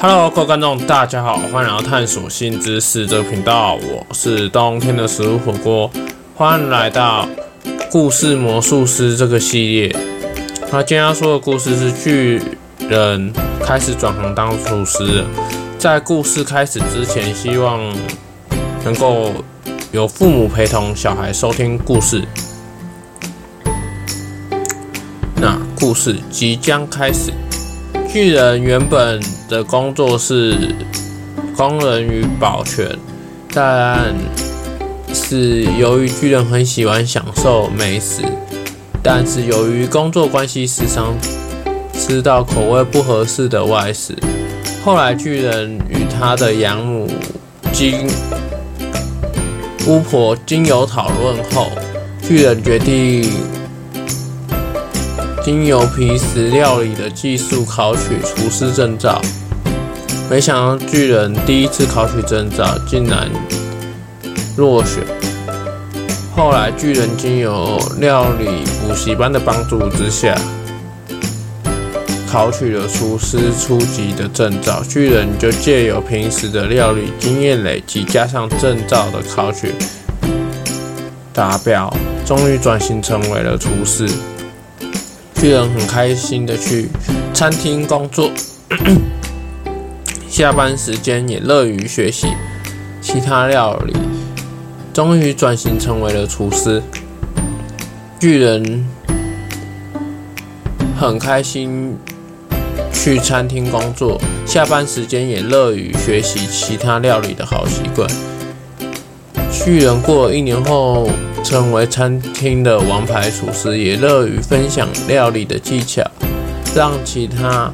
Hello， 各位观众，大家好，欢迎来到探索新知识这个频道，我是冬天的食物火锅，欢迎来到故事魔术师这个系列。今天要说的故事是巨人开始转行当厨师了。在故事开始之前，希望能够有父母陪同小孩收听故事。那故事即将开始。巨人原本的工作是工人与保全，但是由于巨人很喜欢享受美食，但是由于工作关系时常吃到口味不合适的外食。后来巨人与他的养母巫婆经由讨论后，巨人决定经由平时料理的技术考取厨师证照。没想到巨人第一次考取证照竟然落选。后来巨人经由料理补习班的帮助之下，考取了厨师初级的证照。巨人就借由平时的料理经验累积，加上证照的考取达标，终于转型成为了厨师。巨人很开心的去餐厅工作，下班时间也乐于学习其他料理，终于转型成为了厨师。巨人很开心去餐厅工作，下班时间也乐于学习其他料理的好习惯。巨人过了1年后，成为餐厅的王牌厨师，也乐于分享料理的技巧，让其他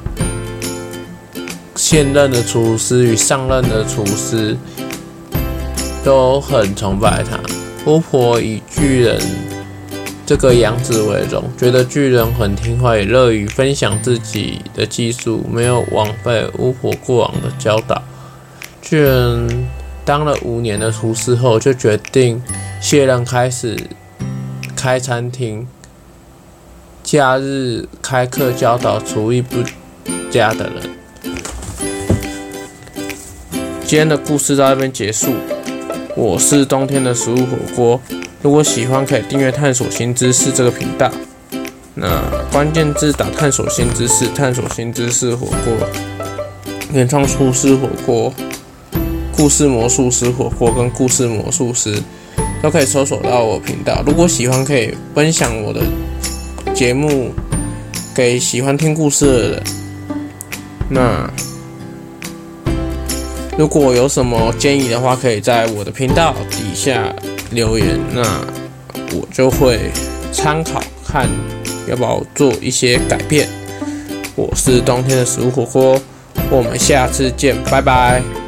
现任的厨师与上任的厨师都很崇拜他。巫婆以巨人这个养子为荣，觉得巨人很听话，也乐于分享自己的技术，没有枉费巫婆过往的教导。巨人当了5年的厨师后，就决定卸任，开始开餐厅，假日开课教导厨艺不佳的人。今天的故事到这边结束，我是冬天的食物火锅。如果喜欢，可以订阅探索新知识这个频道。那关键字打探索新知识，探索新知识火锅，原创厨师火锅，故事魔术师火锅跟故事魔术师都可以搜索到我频道。如果喜欢，可以分享我的节目给喜欢听故事的人。那如果有什么建议的话，可以在我的频道底下留言，那我就会参考看要不要做一些改变。我是冬天的食物火锅，我们下次见，拜拜。